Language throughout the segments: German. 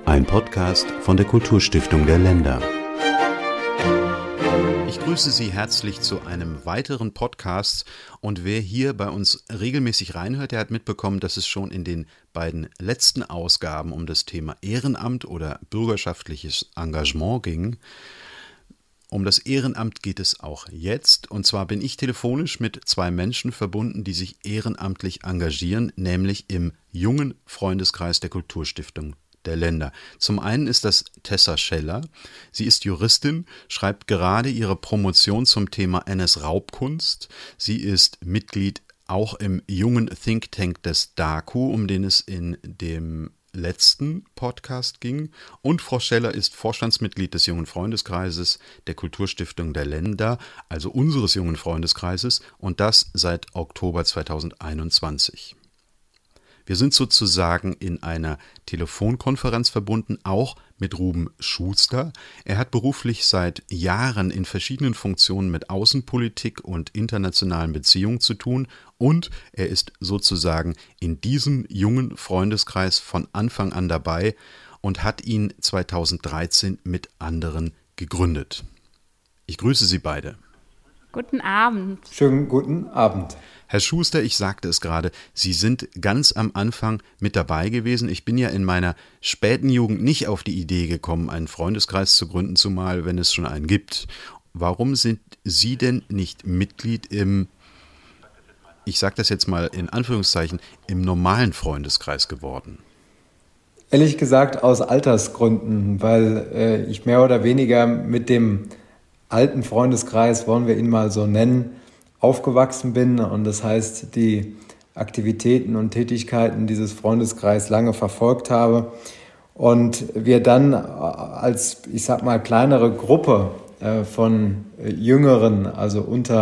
Ein Podcast von der Kulturstiftung der Länder. Ich grüße Sie herzlich zu einem weiteren Podcast, und wer hier bei uns regelmäßig reinhört, der hat mitbekommen, dass es schon in den beiden letzten Ausgaben um das Thema Ehrenamt oder bürgerschaftliches Engagement ging. Um das Ehrenamt geht es auch jetzt, und zwar bin ich telefonisch mit zwei Menschen verbunden, die sich ehrenamtlich engagieren, nämlich im jungen Freundeskreis der Kulturstiftung der Länder. Zum einen ist das Tessa Scheller. Sie ist Juristin, schreibt gerade ihre Promotion zum Thema NS-Raubkunst. Sie ist Mitglied auch im jungen Think Tank des DAKU, um den es in dem letzten Podcast ging. Und Frau Scheller ist Vorstandsmitglied des jungen Freundeskreises der Kulturstiftung der Länder, also unseres jungen Freundeskreises, und das seit Oktober 2021. Wir sind sozusagen in einer Telefonkonferenz verbunden, auch mit Ruben Schuster. Er hat beruflich seit Jahren in verschiedenen Funktionen mit Außenpolitik und internationalen Beziehungen zu tun, und er ist sozusagen in diesem jungen Freundeskreis von Anfang an dabei und hat ihn 2013 mit anderen gegründet. Ich grüße Sie beide. Guten Abend. Schönen guten Abend. Herr Schuster, ich sagte es gerade, Sie sind ganz am Anfang mit dabei gewesen. Ich bin ja in meiner späten Jugend nicht auf die Idee gekommen, einen Freundeskreis zu gründen, zumal wenn es schon einen gibt. Warum sind Sie denn nicht Mitglied im, ich sage das jetzt mal in Anführungszeichen, im normalen Freundeskreis geworden? Ehrlich gesagt aus Altersgründen, weil ich mehr oder weniger mit dem alten Freundeskreis, wollen wir ihn mal so nennen, aufgewachsen bin, und das heißt, die Aktivitäten und Tätigkeiten dieses Freundeskreises lange verfolgt habe und wir dann als, ich sag mal, kleinere Gruppe von Jüngeren, also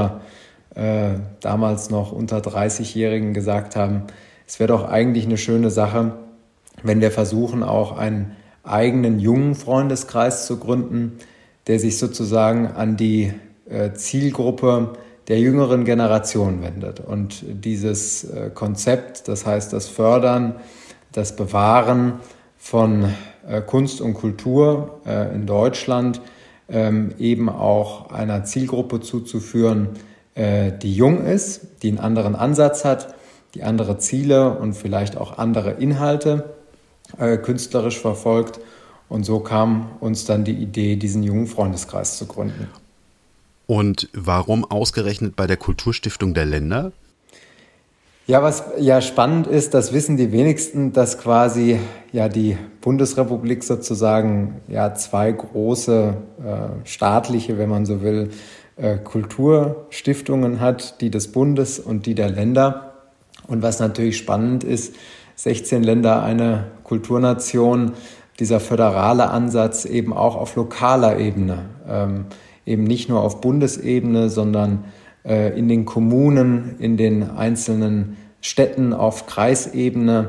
damals noch unter 30-Jährigen gesagt haben, es wäre doch eigentlich eine schöne Sache, wenn wir versuchen, auch einen eigenen jungen Freundeskreis zu gründen, der sich sozusagen an die Zielgruppe der jüngeren Generation wendet. Und dieses Konzept, das heißt das Fördern, das Bewahren von Kunst und Kultur in Deutschland, eben auch einer Zielgruppe zuzuführen, die jung ist, die einen anderen Ansatz hat, die andere Ziele und vielleicht auch andere Inhalte künstlerisch verfolgt. Und so kam uns dann die Idee, diesen jungen Freundeskreis zu gründen. Und warum ausgerechnet bei der Kulturstiftung der Länder? Ja, was ja spannend ist, das wissen die wenigsten, dass quasi ja die Bundesrepublik sozusagen ja zwei große staatliche, wenn man so will, Kulturstiftungen hat, die des Bundes und die der Länder. Und was natürlich spannend ist, 16 Länder, eine Kulturnation, dieser föderale Ansatz eben auch auf lokaler Ebene, eben nicht nur auf Bundesebene, sondern in den Kommunen, in den einzelnen Städten auf Kreisebene,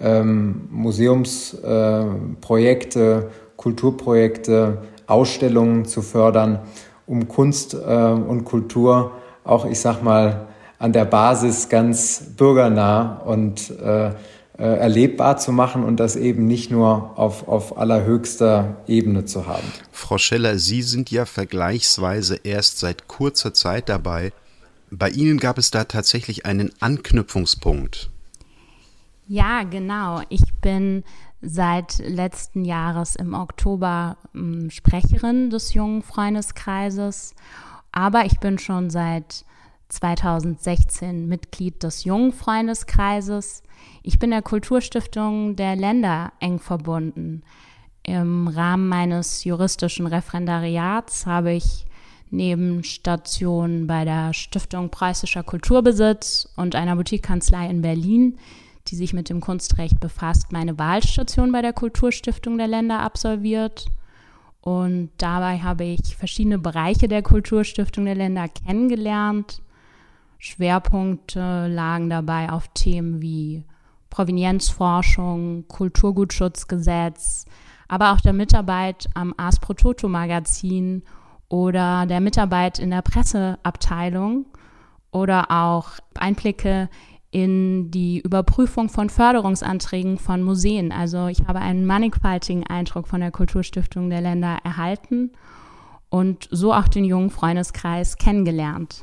Museumsprojekte, Kulturprojekte, Ausstellungen zu fördern, um Kunst und Kultur auch, ich sag mal, an der Basis ganz bürgernah und erlebbar zu machen und das eben nicht nur auf allerhöchster Ebene zu haben. Frau Scheller, Sie sind ja vergleichsweise erst seit kurzer Zeit dabei. Bei Ihnen gab es da tatsächlich einen Anknüpfungspunkt. Ja, genau. Ich bin seit letzten Jahres im Oktober Sprecherin des jungen Freundeskreises, aber ich bin schon seit 2016 Mitglied des jungen Freundeskreises. Ich bin der Kulturstiftung der Länder eng verbunden. Im Rahmen meines juristischen Referendariats habe ich neben Stationen bei der Stiftung Preußischer Kulturbesitz und einer Boutiquekanzlei in Berlin, die sich mit dem Kunstrecht befasst, meine Wahlstation bei der Kulturstiftung der Länder absolviert. Und dabei habe ich verschiedene Bereiche der Kulturstiftung der Länder kennengelernt. Schwerpunkte lagen dabei auf Themen wie Provenienzforschung, Kulturgutschutzgesetz, aber auch der Mitarbeit am Ars Pro Toto Magazin oder der Mitarbeit in der Presseabteilung oder auch Einblicke in die Überprüfung von Förderungsanträgen von Museen. Also ich habe einen mannigfaltigen Eindruck von der Kulturstiftung der Länder erhalten und so auch den jungen Freundeskreis kennengelernt.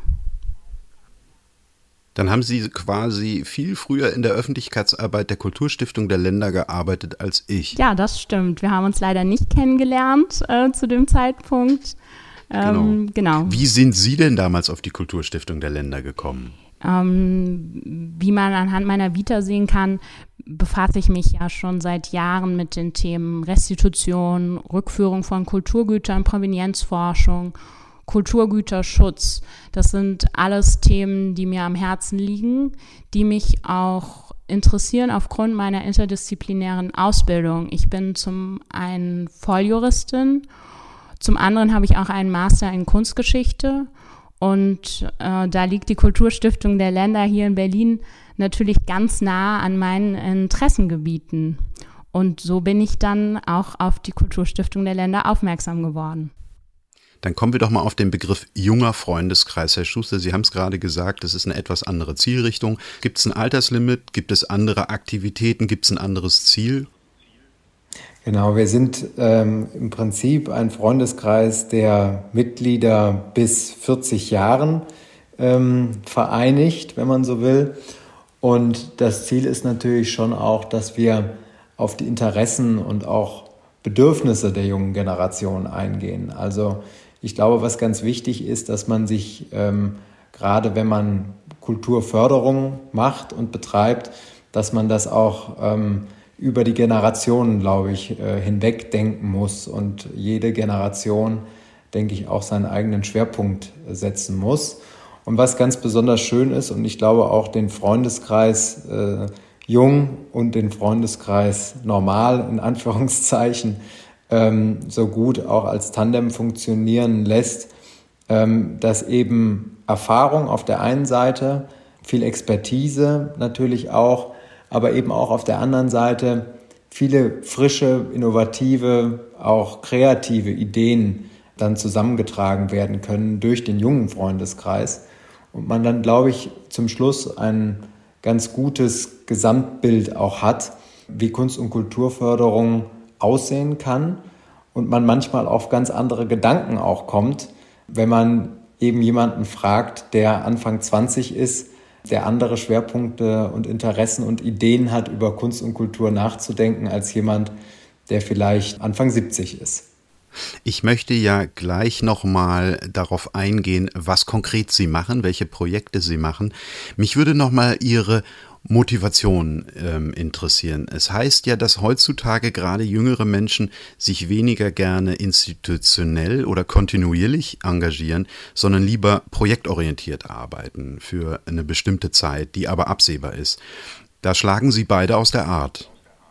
Dann haben Sie quasi viel früher in der Öffentlichkeitsarbeit der Kulturstiftung der Länder gearbeitet als ich. Ja, das stimmt. Wir haben uns leider nicht kennengelernt zu dem Zeitpunkt. Genau. Wie sind Sie denn damals auf die Kulturstiftung der Länder gekommen? Wie man anhand meiner Vita sehen kann, befasse ich mich ja schon seit Jahren mit den Themen Restitution, Rückführung von Kulturgütern, Provenienzforschung, Kulturgüterschutz. Das sind alles Themen, die mir am Herzen liegen, die mich auch interessieren aufgrund meiner interdisziplinären Ausbildung. Ich bin zum einen Volljuristin, zum anderen habe ich auch einen Master in Kunstgeschichte. Und da liegt die Kulturstiftung der Länder hier in Berlin natürlich ganz nah an meinen Interessengebieten. Und so bin ich dann auch auf die Kulturstiftung der Länder aufmerksam geworden. Dann kommen wir doch mal auf den Begriff junger Freundeskreis. Herr Schuster, Sie haben es gerade gesagt, das ist eine etwas andere Zielrichtung. Gibt es ein Alterslimit? Gibt es andere Aktivitäten? Gibt es ein anderes Ziel? Genau, wir sind im Prinzip ein Freundeskreis der Mitglieder bis 40 Jahren vereinigt, wenn man so will. Und das Ziel ist natürlich schon auch, dass wir auf die Interessen und auch Bedürfnisse der jungen Generation eingehen. Also ich glaube, was ganz wichtig ist, dass man sich, gerade wenn man Kulturförderung macht und betreibt, dass man das auch über die Generationen, glaube ich, hinweg denken muss und jede Generation, denke ich, auch seinen eigenen Schwerpunkt setzen muss. Und was ganz besonders schön ist, und ich glaube auch den Freundeskreis Jung und den Freundeskreis Normal, in Anführungszeichen, so gut auch als Tandem funktionieren lässt, dass eben Erfahrung auf der einen Seite, viel Expertise natürlich auch, aber eben auch auf der anderen Seite viele frische, innovative, auch kreative Ideen dann zusammengetragen werden können durch den jungen Freundeskreis. Und man dann, glaube ich, zum Schluss ein ganz gutes Gesamtbild auch hat, wie Kunst- und Kulturförderung aussehen kann und man manchmal auf ganz andere Gedanken auch kommt, wenn man eben jemanden fragt, der Anfang 20 ist, der andere Schwerpunkte und Interessen und Ideen hat, über Kunst und Kultur nachzudenken, als jemand, der vielleicht Anfang 70 ist. Ich möchte ja gleich nochmal darauf eingehen, was konkret Sie machen, welche Projekte Sie machen. Mich würde nochmal Ihre Motivation interessieren. Es heißt ja, dass heutzutage gerade jüngere Menschen sich weniger gerne institutionell oder kontinuierlich engagieren, sondern lieber projektorientiert arbeiten für eine bestimmte Zeit, die aber absehbar ist. Da schlagen Sie beide aus der Art.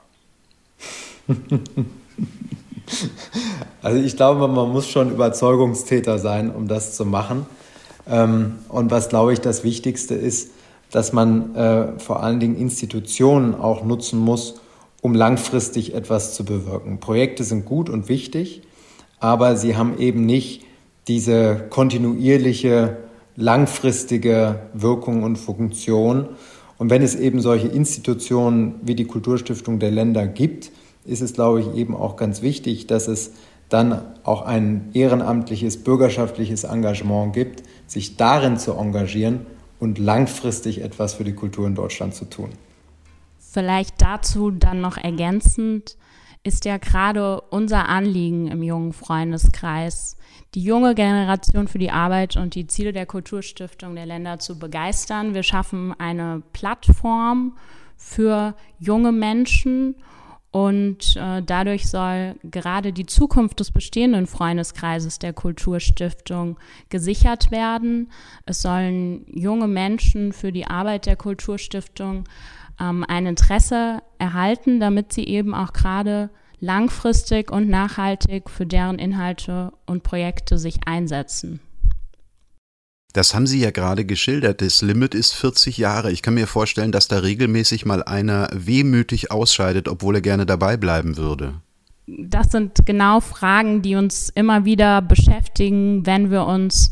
Also ich glaube, man muss schon Überzeugungstäter sein, um das zu machen. Und was, glaube ich, das Wichtigste ist, dass man vor allen Dingen Institutionen auch nutzen muss, um langfristig etwas zu bewirken. Projekte sind gut und wichtig, aber sie haben eben nicht diese kontinuierliche, langfristige Wirkung und Funktion. Und wenn es eben solche Institutionen wie die Kulturstiftung der Länder gibt, ist es, glaube ich, eben auch ganz wichtig, dass es dann auch ein ehrenamtliches, bürgerschaftliches Engagement gibt, sich darin zu engagieren und langfristig etwas für die Kultur in Deutschland zu tun. Vielleicht dazu dann noch ergänzend ist ja gerade unser Anliegen im jungen Freundeskreis, die junge Generation für die Arbeit und die Ziele der Kulturstiftung der Länder zu begeistern. Wir schaffen eine Plattform für junge Menschen und dadurch soll gerade die Zukunft des bestehenden Freundeskreises der Kulturstiftung gesichert werden. Es sollen junge Menschen für die Arbeit der Kulturstiftung ein Interesse erhalten, damit sie eben auch gerade langfristig und nachhaltig für deren Inhalte und Projekte sich einsetzen. Das haben Sie ja gerade geschildert. Das Limit ist 40 Jahre. Ich kann mir vorstellen, dass da regelmäßig mal einer wehmütig ausscheidet, obwohl er gerne dabei bleiben würde. Das sind genau Fragen, die uns immer wieder beschäftigen, wenn wir uns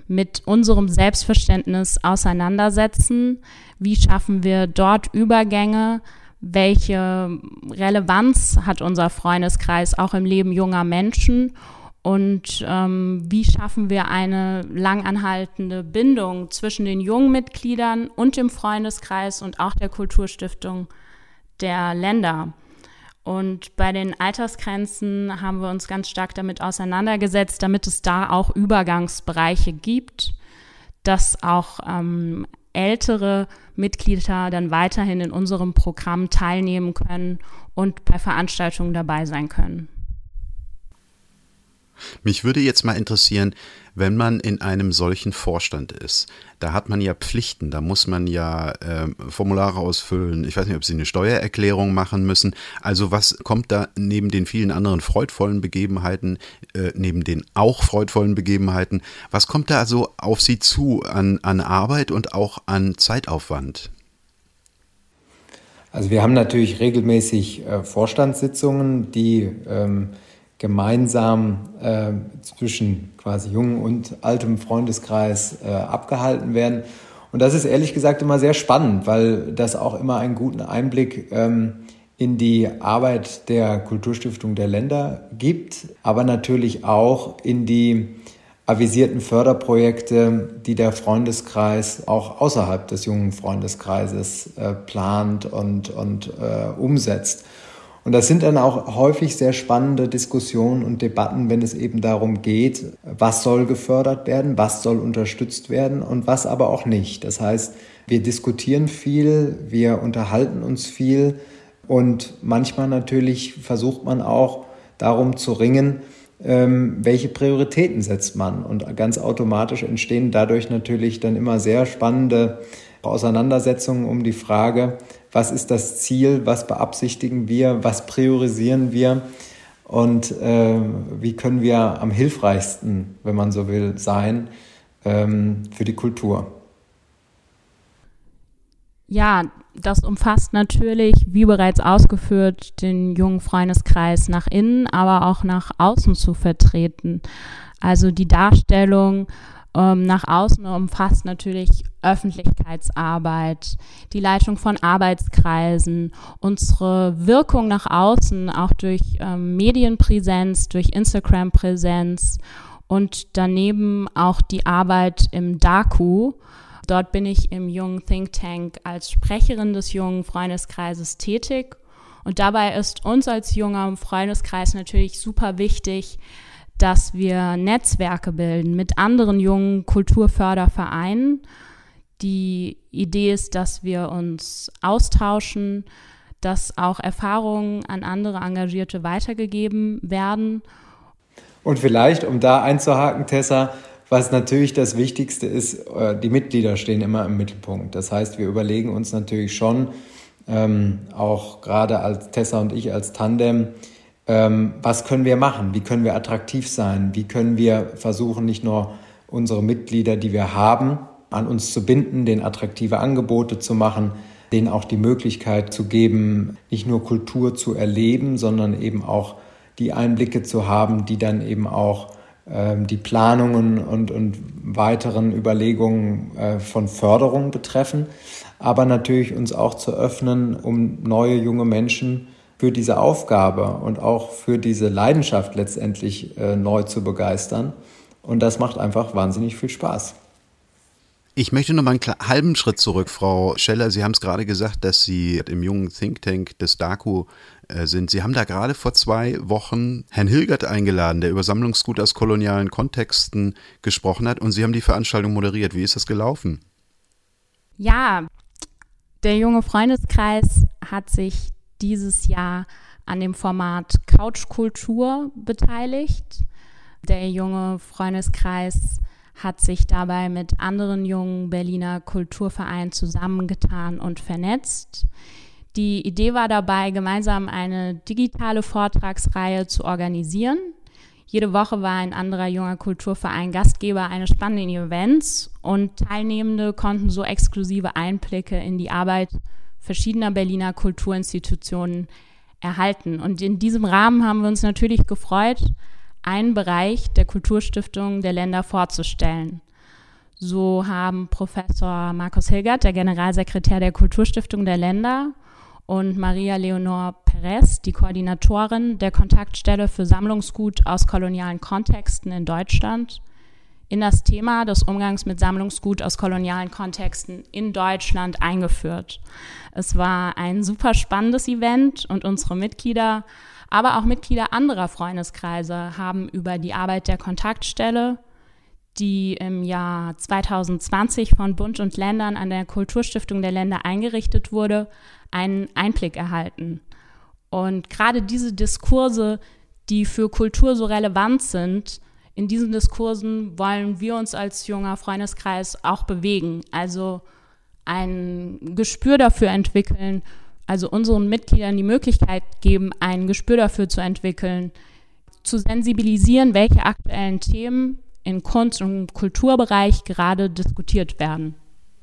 mit unserem Selbstverständnis auseinandersetzen. Wie schaffen wir dort Übergänge? Welche Relevanz hat unser Freundeskreis auch im Leben junger Menschen? Und wie schaffen wir eine langanhaltende Bindung zwischen den jungen Mitgliedern und dem Freundeskreis und auch der Kulturstiftung der Länder? Und bei den Altersgrenzen haben wir uns ganz stark damit auseinandergesetzt, damit es da auch Übergangsbereiche gibt, dass auch ältere Mitglieder dann weiterhin in unserem Programm teilnehmen können und bei Veranstaltungen dabei sein können. Mich würde jetzt mal interessieren, wenn man in einem solchen Vorstand ist, da hat man ja Pflichten, da muss man ja Formulare ausfüllen, ich weiß nicht, ob Sie eine Steuererklärung machen müssen, also was kommt da neben den vielen anderen freudvollen Begebenheiten, neben den auch freudvollen Begebenheiten, was kommt da so auf Sie zu an Arbeit und auch an Zeitaufwand? Also wir haben natürlich regelmäßig Vorstandssitzungen, die gemeinsam zwischen quasi jungem und altem Freundeskreis abgehalten werden. Und das ist ehrlich gesagt immer sehr spannend, weil das auch immer einen guten Einblick in die Arbeit der Kulturstiftung der Länder gibt, aber natürlich auch in die avisierten Förderprojekte, die der Freundeskreis auch außerhalb des jungen Freundeskreises plant und umsetzt. Und das sind dann auch häufig sehr spannende Diskussionen und Debatten, wenn es eben darum geht, was soll gefördert werden, was soll unterstützt werden und was aber auch nicht. Das heißt, wir diskutieren viel, wir unterhalten uns viel und manchmal natürlich versucht man auch darum zu ringen, welche Prioritäten setzt man. Und ganz automatisch entstehen dadurch natürlich dann immer sehr spannende Auseinandersetzungen um die Frage, was ist das Ziel, was beabsichtigen wir, was priorisieren wir und wie können wir am hilfreichsten, wenn man so will, sein für die Kultur. Ja, das umfasst natürlich, wie bereits ausgeführt, den jungen Freundeskreis nach innen, aber auch nach außen zu vertreten. Also die Darstellung nach außen umfasst natürlich Öffentlichkeitsarbeit, die Leitung von Arbeitskreisen, unsere Wirkung nach außen, auch durch Medienpräsenz, durch Instagram-Präsenz und daneben auch die Arbeit im DAKU. Dort bin ich im jungen Think Tank als Sprecherin des jungen Freundeskreises tätig. Und dabei ist uns als junger Freundeskreis natürlich super wichtig, dass wir Netzwerke bilden mit anderen jungen Kulturfördervereinen. Die Idee ist, dass wir uns austauschen, dass auch Erfahrungen an andere Engagierte weitergegeben werden. Und vielleicht, um da einzuhaken, Tessa, was natürlich das Wichtigste ist, die Mitglieder stehen immer im Mittelpunkt. Das heißt, wir überlegen uns natürlich schon, auch gerade als Tessa und ich als Tandem, was können wir machen? Wie können wir attraktiv sein? Wie können wir versuchen, nicht nur unsere Mitglieder, die wir haben, an uns zu binden, denen attraktive Angebote zu machen, denen auch die Möglichkeit zu geben, nicht nur Kultur zu erleben, sondern eben auch die Einblicke zu haben, die dann eben auch die Planungen und weiteren Überlegungen von Förderung betreffen, aber natürlich uns auch zu öffnen, um neue junge Menschen für diese Aufgabe und auch für diese Leidenschaft letztendlich neu zu begeistern. Und das macht einfach wahnsinnig viel Spaß. Ich möchte noch mal einen halben Schritt zurück, Frau Scheller. Sie haben es gerade gesagt, dass Sie im jungen Think Tank des DAKU sind. Sie haben da gerade vor 2 Wochen Herrn Hilgert eingeladen, der über Sammlungsgut aus kolonialen Kontexten gesprochen hat. Und Sie haben die Veranstaltung moderiert. Wie ist das gelaufen? Ja, der junge Freundeskreis hat sich dieses Jahr an dem Format Couchkultur beteiligt. Der junge Freundeskreis hat sich dabei mit anderen jungen Berliner Kulturvereinen zusammengetan und vernetzt. Die Idee war dabei, gemeinsam eine digitale Vortragsreihe zu organisieren. Jede Woche war ein anderer junger Kulturverein Gastgeber eines spannenden Events und Teilnehmende konnten so exklusive Einblicke in die Arbeit verschiedener Berliner Kulturinstitutionen erhalten. Und in diesem Rahmen haben wir uns natürlich gefreut, einen Bereich der Kulturstiftung der Länder vorzustellen. So haben Professor Markus Hilgert, der Generalsekretär der Kulturstiftung der Länder, und Maria Leonor Perez, die Koordinatorin der Kontaktstelle für Sammlungsgut aus kolonialen Kontexten in Deutschland, in das Thema des Umgangs mit Sammlungsgut aus kolonialen Kontexten in Deutschland eingeführt. Es war ein super spannendes Event und unsere Mitglieder, aber auch Mitglieder anderer Freundeskreise haben über die Arbeit der Kontaktstelle, die im Jahr 2020 von Bund und Ländern an der Kulturstiftung der Länder eingerichtet wurde, einen Einblick erhalten. Und gerade diese Diskurse, die für Kultur so relevant sind, in diesen Diskursen wollen wir uns als junger Freundeskreis auch bewegen. Also ein Gespür dafür entwickeln, also unseren Mitgliedern die Möglichkeit geben, ein Gespür dafür zu entwickeln, zu sensibilisieren, welche aktuellen Themen im Kunst- und Kulturbereich gerade diskutiert werden.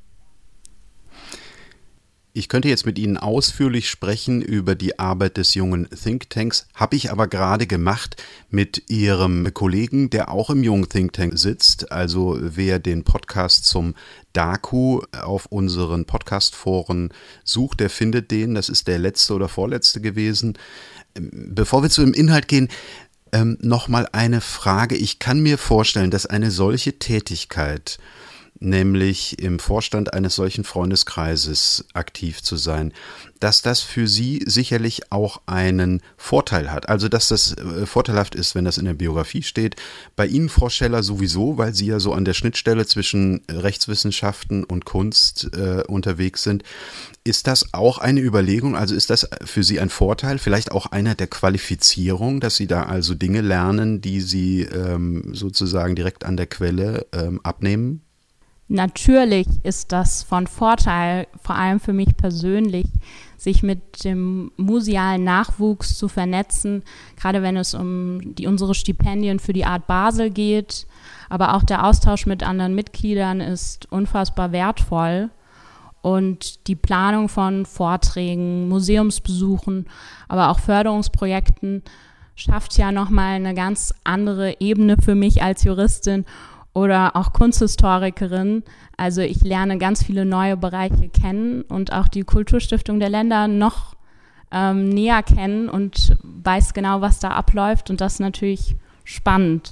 Ich könnte jetzt mit Ihnen ausführlich sprechen über die Arbeit des jungen Thinktanks, habe ich aber gerade gemacht mit Ihrem Kollegen, der auch im jungen Thinktank sitzt. Also wer den Podcast zum DAKU auf unseren Podcast-Foren sucht, der findet den. Das ist der letzte oder vorletzte gewesen. Bevor wir zu dem Inhalt gehen, nochmal eine Frage. Ich kann mir vorstellen, dass eine solche Tätigkeit, nämlich im Vorstand eines solchen Freundeskreises aktiv zu sein, dass das für Sie sicherlich auch einen Vorteil hat. Also dass das vorteilhaft ist, wenn das in der Biografie steht. Bei Ihnen, Frau Scheller, sowieso, weil Sie ja so an der Schnittstelle zwischen Rechtswissenschaften und Kunst unterwegs sind. Ist das auch eine Überlegung? Also ist das für Sie ein Vorteil, vielleicht auch einer der Qualifizierung, dass Sie da also Dinge lernen, die Sie sozusagen direkt an der Quelle abnehmen? Natürlich ist das von Vorteil, vor allem für mich persönlich, sich mit dem musealen Nachwuchs zu vernetzen, gerade wenn es um unsere Stipendien für die Art Basel geht. Aber auch der Austausch mit anderen Mitgliedern ist unfassbar wertvoll. Und die Planung von Vorträgen, Museumsbesuchen, aber auch Förderungsprojekten schafft ja nochmal eine ganz andere Ebene für mich als Juristin oder auch Kunsthistorikerin. Also ich lerne ganz viele neue Bereiche kennen und auch die Kulturstiftung der Länder noch näher kennen und weiß genau, was da abläuft, und das ist natürlich spannend.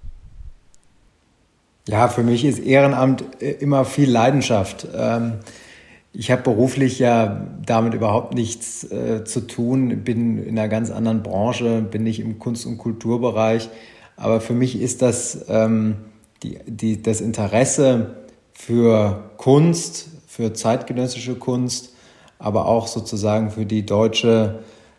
Ja, für mich ist Ehrenamt immer viel Leidenschaft. Ich habe beruflich ja damit überhaupt nichts zu tun, bin in einer ganz anderen Branche, bin nicht im Kunst- und Kulturbereich, aber für mich ist das das Interesse für Kunst, für zeitgenössische Kunst, aber auch sozusagen für die deutsche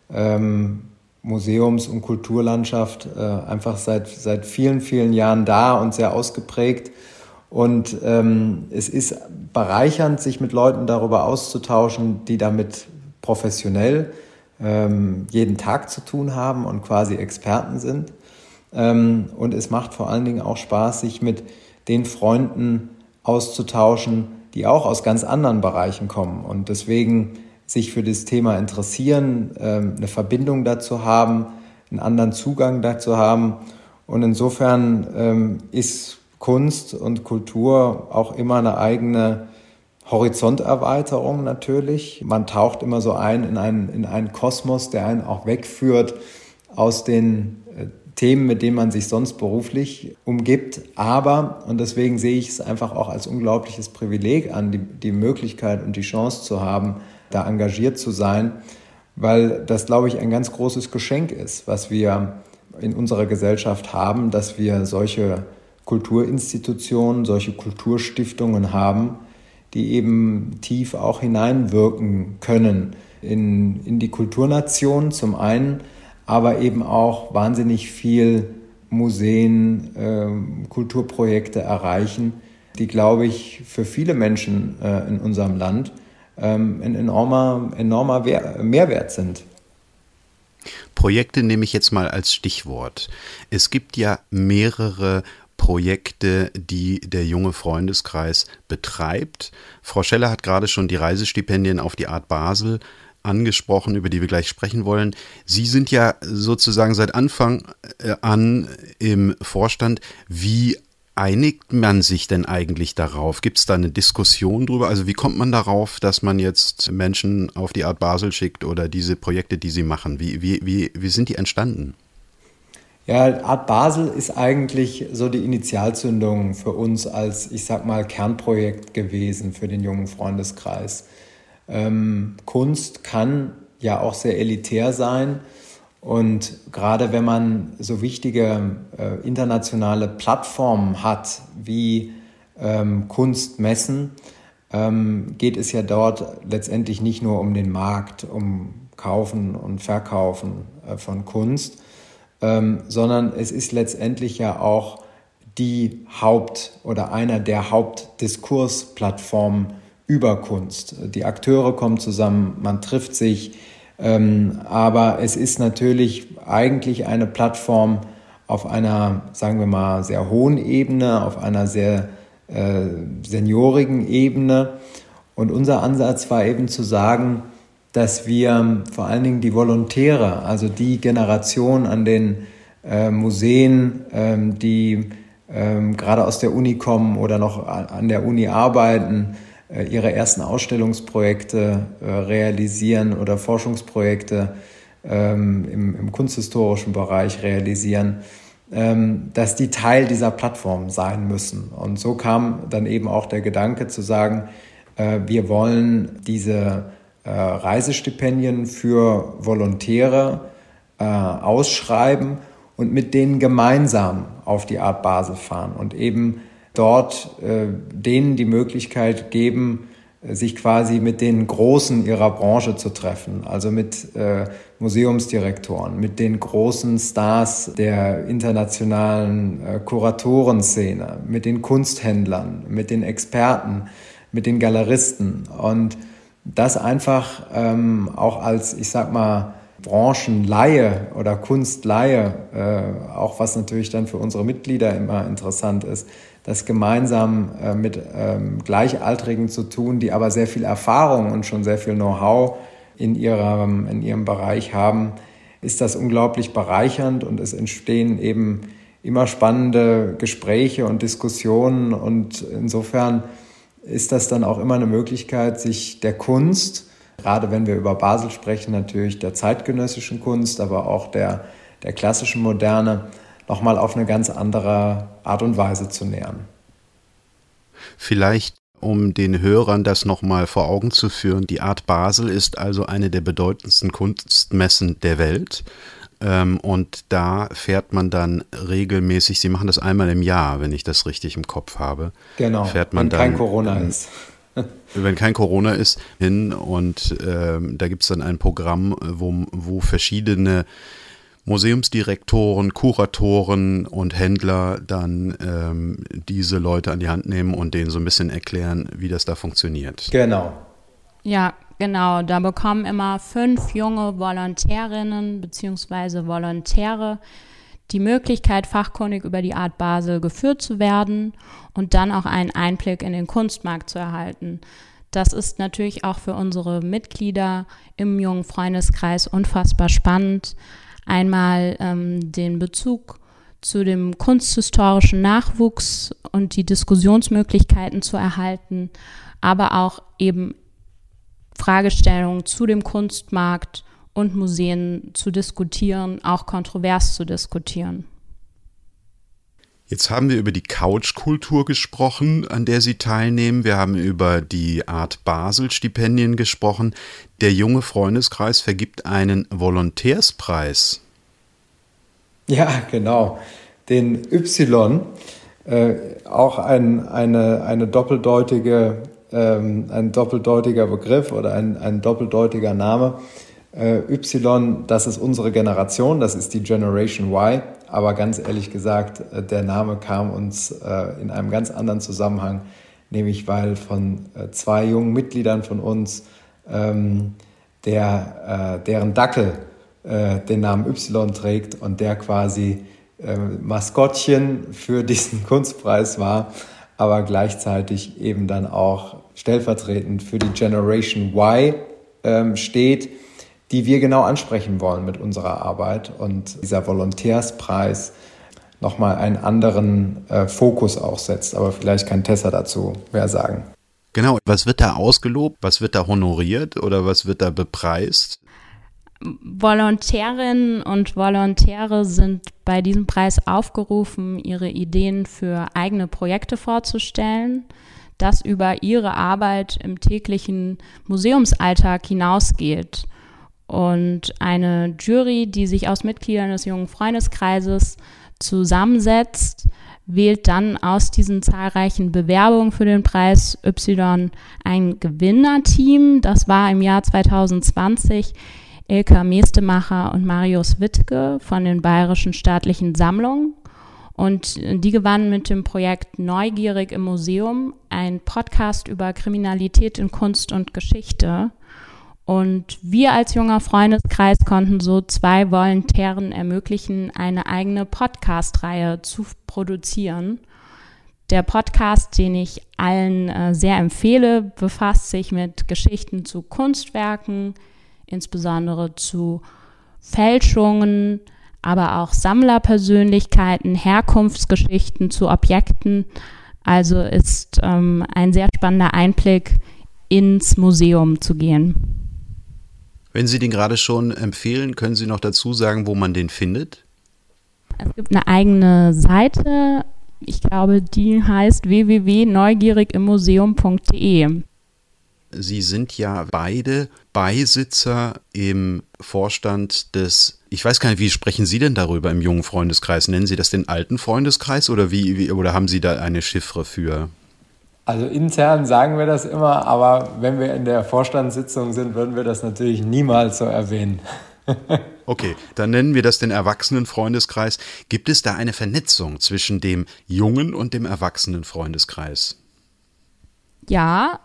Museums- und Kulturlandschaft einfach seit vielen, vielen Jahren da und sehr ausgeprägt. Und es ist bereichernd, sich mit Leuten darüber auszutauschen, die damit professionell jeden Tag zu tun haben und quasi Experten sind. Und es macht vor allen Dingen auch Spaß, sich mit den Freunden auszutauschen, die auch aus ganz anderen Bereichen kommen und deswegen sich für das Thema interessieren, eine Verbindung dazu haben, einen anderen Zugang dazu haben. Und insofern ist Kunst und Kultur auch immer eine eigene Horizonterweiterung natürlich. Man taucht immer so in einen Kosmos, der einen auch wegführt aus den Themen, mit denen man sich sonst beruflich umgibt. Aber, und deswegen sehe ich es einfach auch als unglaubliches Privileg an, die Möglichkeit und die Chance zu haben, da engagiert zu sein, weil das, glaube ich, ein ganz großes Geschenk ist, was wir in unserer Gesellschaft haben, dass wir solche Kulturinstitutionen, solche Kulturstiftungen haben, die eben tief auch hineinwirken können in die Kulturnation zum einen, aber eben auch wahnsinnig viel Museen, Kulturprojekte erreichen, die, glaube ich, für viele Menschen in unserem Land ein enormer Mehrwert sind. Projekte nehme ich jetzt mal als Stichwort. Es gibt ja mehrere Projekte, die der junge Freundeskreis betreibt. Frau Scheller hat gerade schon die Reisestipendien auf die Art Basel angesprochen, über die wir gleich sprechen wollen. Sie sind ja sozusagen seit Anfang an im Vorstand. Wie einigt man sich denn eigentlich darauf? Gibt es da eine Diskussion drüber? Also wie kommt man darauf, dass man jetzt Menschen auf die Art Basel schickt oder diese Projekte, die sie machen? Wie sind die entstanden? Ja, Art Basel ist eigentlich so die Initialzündung für uns als, ich sag mal, Kernprojekt gewesen für den jungen Freundeskreis. Kunst kann ja auch sehr elitär sein. Und gerade wenn man so wichtige internationale Plattformen hat wie Kunstmessen, geht es ja dort letztendlich nicht nur um den Markt, um Kaufen und Verkaufen von Kunst, sondern es ist letztendlich ja auch die oder einer der Hauptdiskursplattformen über Kunst. Die Akteure kommen zusammen, man trifft sich, aber es ist natürlich eigentlich eine Plattform auf einer, sagen wir mal, sehr hohen Ebene, auf einer sehr seniorigen Ebene. Und unser Ansatz war eben zu sagen, dass wir vor allen Dingen die Volontäre, also die Generation an den Museen, die gerade aus der Uni kommen oder noch an der Uni arbeiten, ihre ersten Ausstellungsprojekte realisieren oder Forschungsprojekte im kunsthistorischen Bereich realisieren, dass die Teil dieser Plattform sein müssen. Und so kam dann eben auch der Gedanke zu sagen, wir wollen diese Reisestipendien für Volontäre ausschreiben und mit denen gemeinsam auf die Art Basel fahren und eben dort denen die Möglichkeit geben, sich quasi mit den Großen ihrer Branche zu treffen, also mit Museumsdirektoren, mit den großen Stars der internationalen Kuratorenszene, mit den Kunsthändlern, mit den Experten, mit den Galeristen und das einfach auch als, ich sag mal, Branchenleihe oder Kunstleihe, auch was natürlich dann für unsere Mitglieder immer interessant ist, das gemeinsam mit Gleichaltrigen zu tun, die aber sehr viel Erfahrung und schon sehr viel Know-how in ihrem Bereich haben, ist das unglaublich bereichernd und es entstehen eben immer spannende Gespräche und Diskussionen und insofern ist das dann auch immer eine Möglichkeit, sich der Kunst, gerade wenn wir über Basel sprechen, natürlich der zeitgenössischen Kunst, aber auch der klassischen Moderne, nochmal auf eine ganz andere Art und Weise zu nähern. Vielleicht, um den Hörern das nochmal vor Augen zu führen, die Art Basel ist also eine der bedeutendsten Kunstmessen der Welt. Und da fährt man dann regelmäßig, Sie machen das einmal im Jahr, wenn ich das richtig im Kopf habe. Genau, fährt man wenn kein Corona ist. Wenn kein Corona ist, hin und da gibt es dann ein Programm, wo verschiedene Museumsdirektoren, Kuratoren und Händler dann diese Leute an die Hand nehmen und denen so ein bisschen erklären, wie das da funktioniert. Genau. Ja, genau. Da bekommen immer 5 junge Volontärinnen bzw. Volontäre die Möglichkeit, fachkundig über die Art Basel geführt zu werden und dann auch einen Einblick in den Kunstmarkt zu erhalten. Das ist natürlich auch für unsere Mitglieder im jungen Freundeskreis unfassbar spannend, einmal den Bezug zu dem kunsthistorischen Nachwuchs und die Diskussionsmöglichkeiten zu erhalten, aber auch eben Fragestellungen zu dem Kunstmarkt und Museen zu diskutieren, auch kontrovers zu diskutieren. Jetzt haben wir über die Couchkultur gesprochen, an der Sie teilnehmen. Wir haben über die Art Basel-Stipendien gesprochen. Der junge Freundeskreis vergibt einen Volontärspreis. Ja, genau. Den Y, auch ein doppeldeutiger Begriff oder ein doppeldeutiger Name. Y, das ist unsere Generation, das ist die Generation Y, aber ganz ehrlich gesagt, der Name kam uns in einem ganz anderen Zusammenhang, nämlich weil von 2 jungen Mitgliedern von uns, deren Dackel den Namen Y trägt und der quasi Maskottchen für diesen Kunstpreis war, aber gleichzeitig eben dann auch stellvertretend für die Generation Y steht, die wir genau ansprechen wollen mit unserer Arbeit. Und dieser Volontärspreis nochmal einen anderen Fokus auch setzt. Aber vielleicht kann Tessa dazu mehr sagen. Genau, was wird da ausgelobt, was wird da honoriert oder was wird da bepreist? Volontärinnen und Volontäre sind bei diesem Preis aufgerufen, ihre Ideen für eigene Projekte vorzustellen, das über ihre Arbeit im täglichen Museumsalltag hinausgeht. Und eine Jury, die sich aus Mitgliedern des Jungen Freundeskreises zusammensetzt, wählt dann aus diesen zahlreichen Bewerbungen für den Preis Y ein Gewinnerteam. Das war im Jahr 2020 Ilka Meestemacher und Marius Wittke von den Bayerischen Staatlichen Sammlungen. Und die gewannen mit dem Projekt Neugierig im Museum, ein Podcast über Kriminalität in Kunst und Geschichte. Und wir als junger Freundeskreis konnten so 2 Volontären ermöglichen, eine eigene Podcast-Reihe zu produzieren. Der Podcast, den ich allen sehr empfehle, befasst sich mit Geschichten zu Kunstwerken, insbesondere zu Fälschungen, aber auch Sammlerpersönlichkeiten, Herkunftsgeschichten zu Objekten. Also ist ein sehr spannender Einblick ins Museum zu gehen. Wenn Sie den gerade schon empfehlen, können Sie noch dazu sagen, wo man den findet? Es gibt eine eigene Seite, ich glaube, die heißt www.neugierigimmuseum.de. Sie sind ja beide Beisitzer im Vorstand des, ich weiß gar nicht, wie sprechen Sie denn darüber im jungen Freundeskreis? Nennen Sie das den alten Freundeskreis oder oder haben Sie da eine Chiffre für? Also intern sagen wir das immer, aber wenn wir in der Vorstandssitzung sind, würden wir das natürlich niemals so erwähnen. Okay, dann nennen wir das den Erwachsenenfreundeskreis. Gibt es da eine Vernetzung zwischen dem jungen und dem Erwachsenenfreundeskreis? Ja,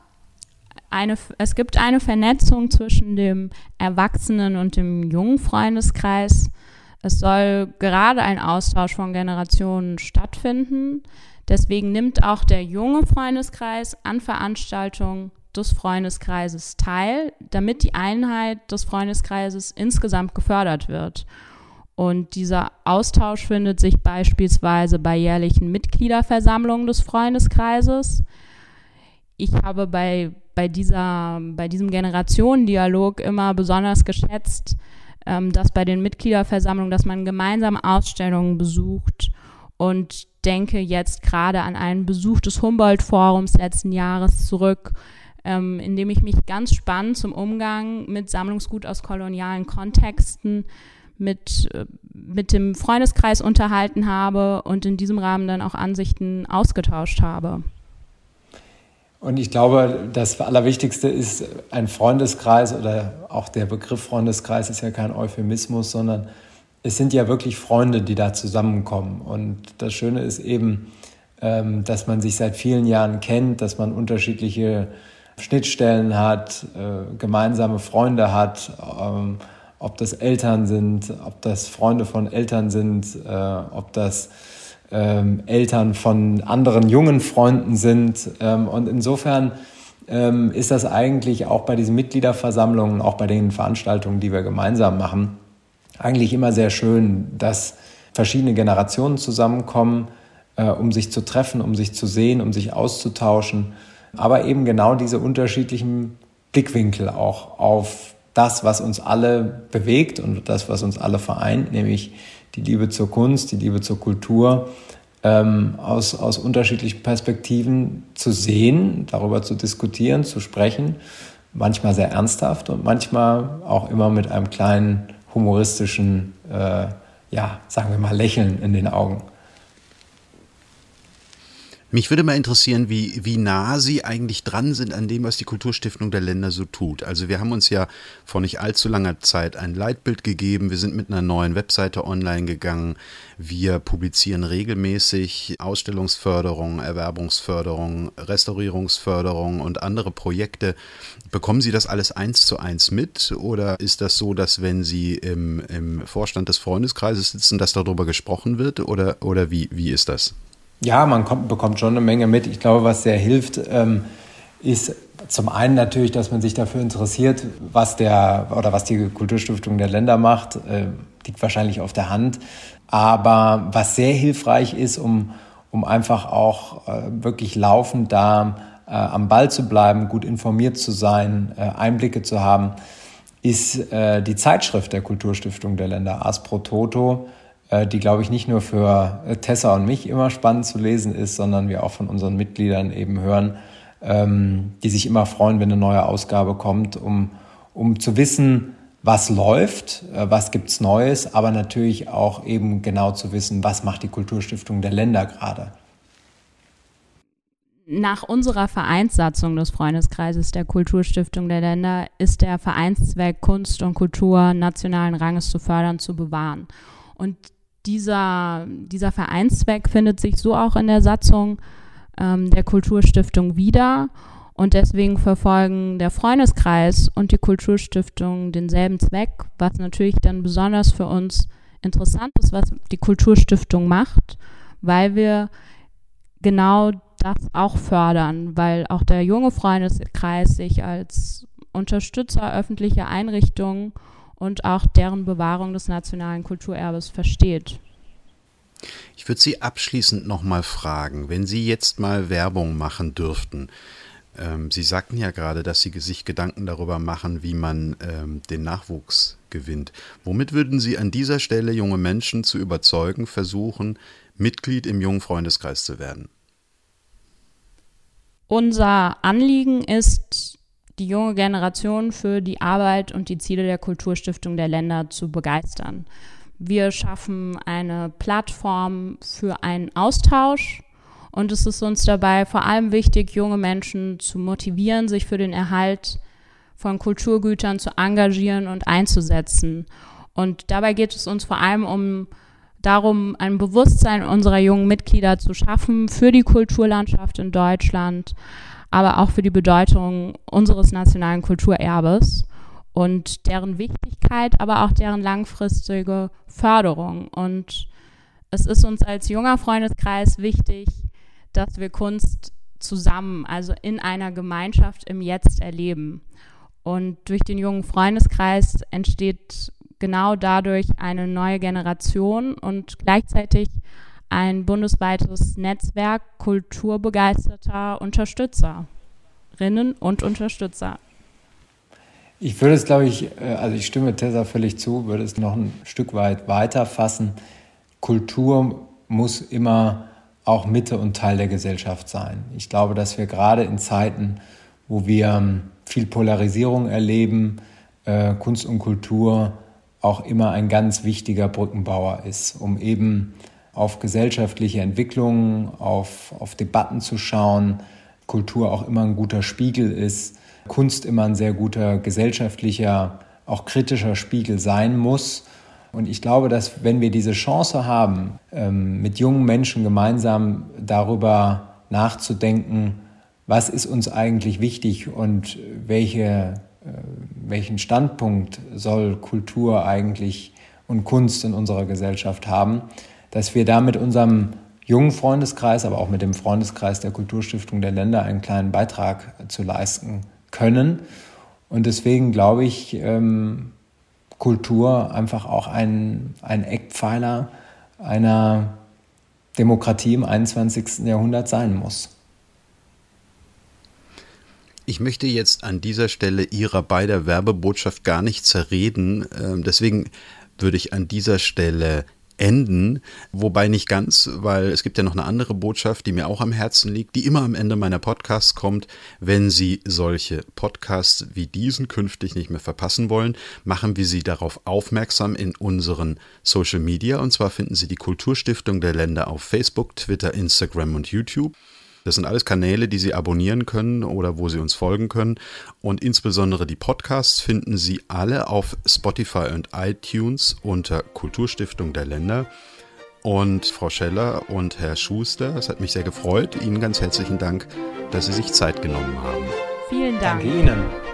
es gibt eine Vernetzung zwischen dem Erwachsenen und dem jungen Freundeskreis. Es soll gerade ein Austausch von Generationen stattfinden. Deswegen nimmt auch der junge Freundeskreis an Veranstaltungen des Freundeskreises teil, damit die Einheit des Freundeskreises insgesamt gefördert wird. Und dieser Austausch findet sich beispielsweise bei jährlichen Mitgliederversammlungen des Freundeskreises. Ich habe bei diesem Generationendialog immer besonders geschätzt, dass bei den Mitgliederversammlungen, dass man gemeinsam Ausstellungen besucht, und denke jetzt gerade an einen Besuch des Humboldt-Forums letzten Jahres zurück, in dem ich mich ganz spannend zum Umgang mit Sammlungsgut aus kolonialen Kontexten mit dem Freundeskreis unterhalten habe und in diesem Rahmen dann auch Ansichten ausgetauscht habe. Und ich glaube, das Allerwichtigste ist ein Freundeskreis, oder auch der Begriff Freundeskreis ist ja kein Euphemismus, sondern es sind ja wirklich Freunde, die da zusammenkommen. Und das Schöne ist eben, dass man sich seit vielen Jahren kennt, dass man unterschiedliche Schnittstellen hat, gemeinsame Freunde hat, ob das Eltern sind, ob das Freunde von Eltern sind, ob das Eltern von anderen jungen Freunden sind. Und insofern ist das eigentlich auch bei diesen Mitgliederversammlungen, auch bei den Veranstaltungen, die wir gemeinsam machen, eigentlich immer sehr schön, dass verschiedene Generationen zusammenkommen, um sich zu treffen, um sich zu sehen, um sich auszutauschen, aber eben genau diese unterschiedlichen Blickwinkel auch auf das, was uns alle bewegt und das, was uns alle vereint, nämlich die Liebe zur Kunst, die Liebe zur Kultur, aus unterschiedlichen Perspektiven zu sehen, darüber zu diskutieren, zu sprechen, manchmal sehr ernsthaft und manchmal auch immer mit einem kleinen humoristischen, sagen wir mal, Lächeln in den Augen. Mich würde mal interessieren, wie nah Sie eigentlich dran sind an dem, was die Kulturstiftung der Länder so tut. Also wir haben uns ja vor nicht allzu langer Zeit ein Leitbild gegeben. Wir sind mit einer neuen Webseite online gegangen. Wir publizieren regelmäßig Ausstellungsförderung, Erwerbungsförderung, Restaurierungsförderung und andere Projekte. Bekommen Sie das alles 1:1 mit? Oder ist das so, dass wenn Sie im Vorstand des Freundeskreises sitzen, dass darüber gesprochen wird? Oder wie ist das? Ja, man bekommt schon eine Menge mit. Ich glaube, was sehr hilft, ist zum einen natürlich, dass man sich dafür interessiert, was die Kulturstiftung der Länder macht. Liegt wahrscheinlich auf der Hand. Aber was sehr hilfreich ist, um einfach auch wirklich laufend da am Ball zu bleiben, gut informiert zu sein, Einblicke zu haben, ist die Zeitschrift der Kulturstiftung der Länder, Ars pro Toto, die, glaube ich, nicht nur für Tessa und mich immer spannend zu lesen ist, sondern wir auch von unseren Mitgliedern eben hören, die sich immer freuen, wenn eine neue Ausgabe kommt, um zu wissen, was läuft, was gibt's Neues, aber natürlich auch eben genau zu wissen, was macht die Kulturstiftung der Länder gerade. Nach unserer Vereinssatzung des Freundeskreises der Kulturstiftung der Länder ist der Vereinszweck, Kunst und Kultur nationalen Ranges zu fördern, zu bewahren. Und dieser Vereinszweck findet sich so auch in der Satzung der Kulturstiftung wieder. Und deswegen verfolgen der Freundeskreis und die Kulturstiftung denselben Zweck, was natürlich dann besonders für uns interessant ist, was die Kulturstiftung macht, weil wir genau das auch fördern, weil auch der junge Freundeskreis sich als Unterstützer öffentlicher Einrichtungen und auch deren Bewahrung des nationalen Kulturerbes versteht. Ich würde Sie abschließend nochmal fragen, wenn Sie jetzt mal Werbung machen dürften. Sie sagten ja gerade, dass Sie sich Gedanken darüber machen, wie man den Nachwuchs gewinnt. Womit würden Sie an dieser Stelle junge Menschen zu überzeugen, versuchen, Mitglied im jungen Freundeskreis zu werden? Unser Anliegen ist, die junge Generation für die Arbeit und die Ziele der Kulturstiftung der Länder zu begeistern. Wir schaffen eine Plattform für einen Austausch und es ist uns dabei vor allem wichtig, junge Menschen zu motivieren, sich für den Erhalt von Kulturgütern zu engagieren und einzusetzen. Und dabei geht es uns vor allem darum, ein Bewusstsein unserer jungen Mitglieder zu schaffen für die Kulturlandschaft in Deutschland, aber auch für die Bedeutung unseres nationalen Kulturerbes und deren Wichtigkeit, aber auch deren langfristige Förderung. Und es ist uns als junger Freundeskreis wichtig, dass wir Kunst zusammen, also in einer Gemeinschaft im Jetzt erleben. Und durch den jungen Freundeskreis entsteht genau dadurch eine neue Generation und gleichzeitig ein bundesweites Netzwerk kulturbegeisterter Unterstützerinnen und Unterstützer. Ich würde es, glaube ich, also ich stimme Tessa völlig zu, würde es noch ein Stück weit weiter fassen. Kultur muss immer auch Mitte und Teil der Gesellschaft sein. Ich glaube, dass wir gerade in Zeiten, wo wir viel Polarisierung erleben, Kunst und Kultur auch immer ein ganz wichtiger Brückenbauer ist, um eben auf gesellschaftliche Entwicklungen, auf Debatten zu schauen. Kultur auch immer ein guter Spiegel ist, Kunst immer ein sehr guter gesellschaftlicher, auch kritischer Spiegel sein muss. Und ich glaube, dass wenn wir diese Chance haben, mit jungen Menschen gemeinsam darüber nachzudenken, was ist uns eigentlich wichtig und welchen Standpunkt soll Kultur eigentlich und Kunst in unserer Gesellschaft haben, dass wir da mit unserem jungen Freundeskreis, aber auch mit dem Freundeskreis der Kulturstiftung der Länder einen kleinen Beitrag zu leisten können. Und deswegen glaube ich, Kultur einfach auch ein Eckpfeiler einer Demokratie im 21. Jahrhundert sein muss. Ich möchte jetzt an dieser Stelle Ihrer beider Werbebotschaft gar nicht zerreden. Deswegen würde ich an dieser Stelle enden, wobei nicht ganz, weil es gibt ja noch eine andere Botschaft, die mir auch am Herzen liegt, die immer am Ende meiner Podcasts kommt. Wenn Sie solche Podcasts wie diesen künftig nicht mehr verpassen wollen, machen wir Sie darauf aufmerksam in unseren Social Media, und zwar finden Sie die Kulturstiftung der Länder auf Facebook, Twitter, Instagram und YouTube. Das sind alles Kanäle, die Sie abonnieren können oder wo Sie uns folgen können. Und insbesondere die Podcasts finden Sie alle auf Spotify und iTunes unter Kulturstiftung der Länder. Und Frau Scheller und Herr Schuster, es hat mich sehr gefreut. Ihnen ganz herzlichen Dank, dass Sie sich Zeit genommen haben. Vielen Dank. Danke Ihnen.